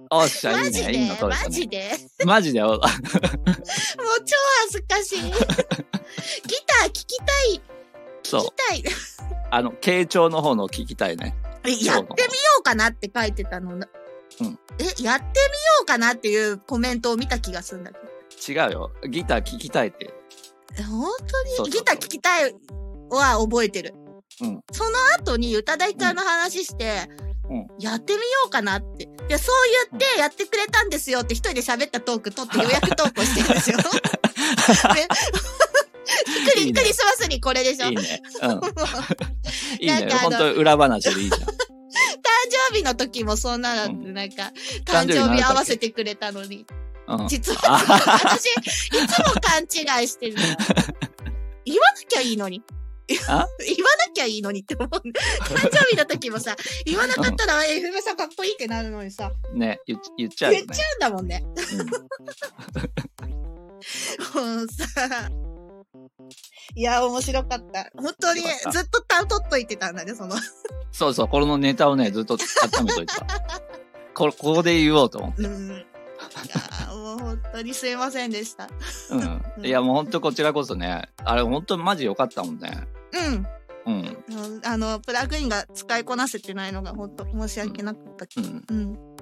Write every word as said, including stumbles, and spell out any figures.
おっしゃ、いいね。 マジでいいの撮れたね。 マジでマジでよ。 もう超恥ずかしい。ギター聴きたい。 そう。 聴きたい。 あの、傾聴の方の聞きたいね。 やってみようかなって書いてたの。うん。え、やってみようかなっていうコメントを見た気がするんだけど。 違うよ。ギター聞きたいって。 本当にそうそうそうギター聴きたいは覚えてる。 うん。 その後に宇多田ヒカルの話して、 うん、 やってみようかなって。いや、そう言ってやってくれたんですよって一人で喋ったトーク撮って予約投稿してるんですよ。ねクリ、クリスマスにこれでしょ。 いいね。うん。いいね。 なんかあの本当裏話でいいじゃん。 誕生日の時もそんなの、うん、なんか、誕生日合わせてくれたのに。うん、実は、私、いつも勘違いしてるの。言わなきゃいいのに。言わなきゃいいのにって思う。誕生日の時もさ、言わなかったら、えふめさんかっこいいってなるのにさ。 ね、言っ、言っちゃうよね。 言っちゃうんだもんね。うん、もうさ、いや、面白かった。本当にずっと単取っといてたんだね、その。 そうそう、このネタをね、ずっと温めといた。これ、ここで言おうと思って。うん。いやもう本当にすいませんでした。 うん。いや、もう本当こちらこそね、あれ本当マジ良かったもんね。 うん。うん。あの、プラグインが使いこなせてないのが本当申し訳なかったけど。うん。うん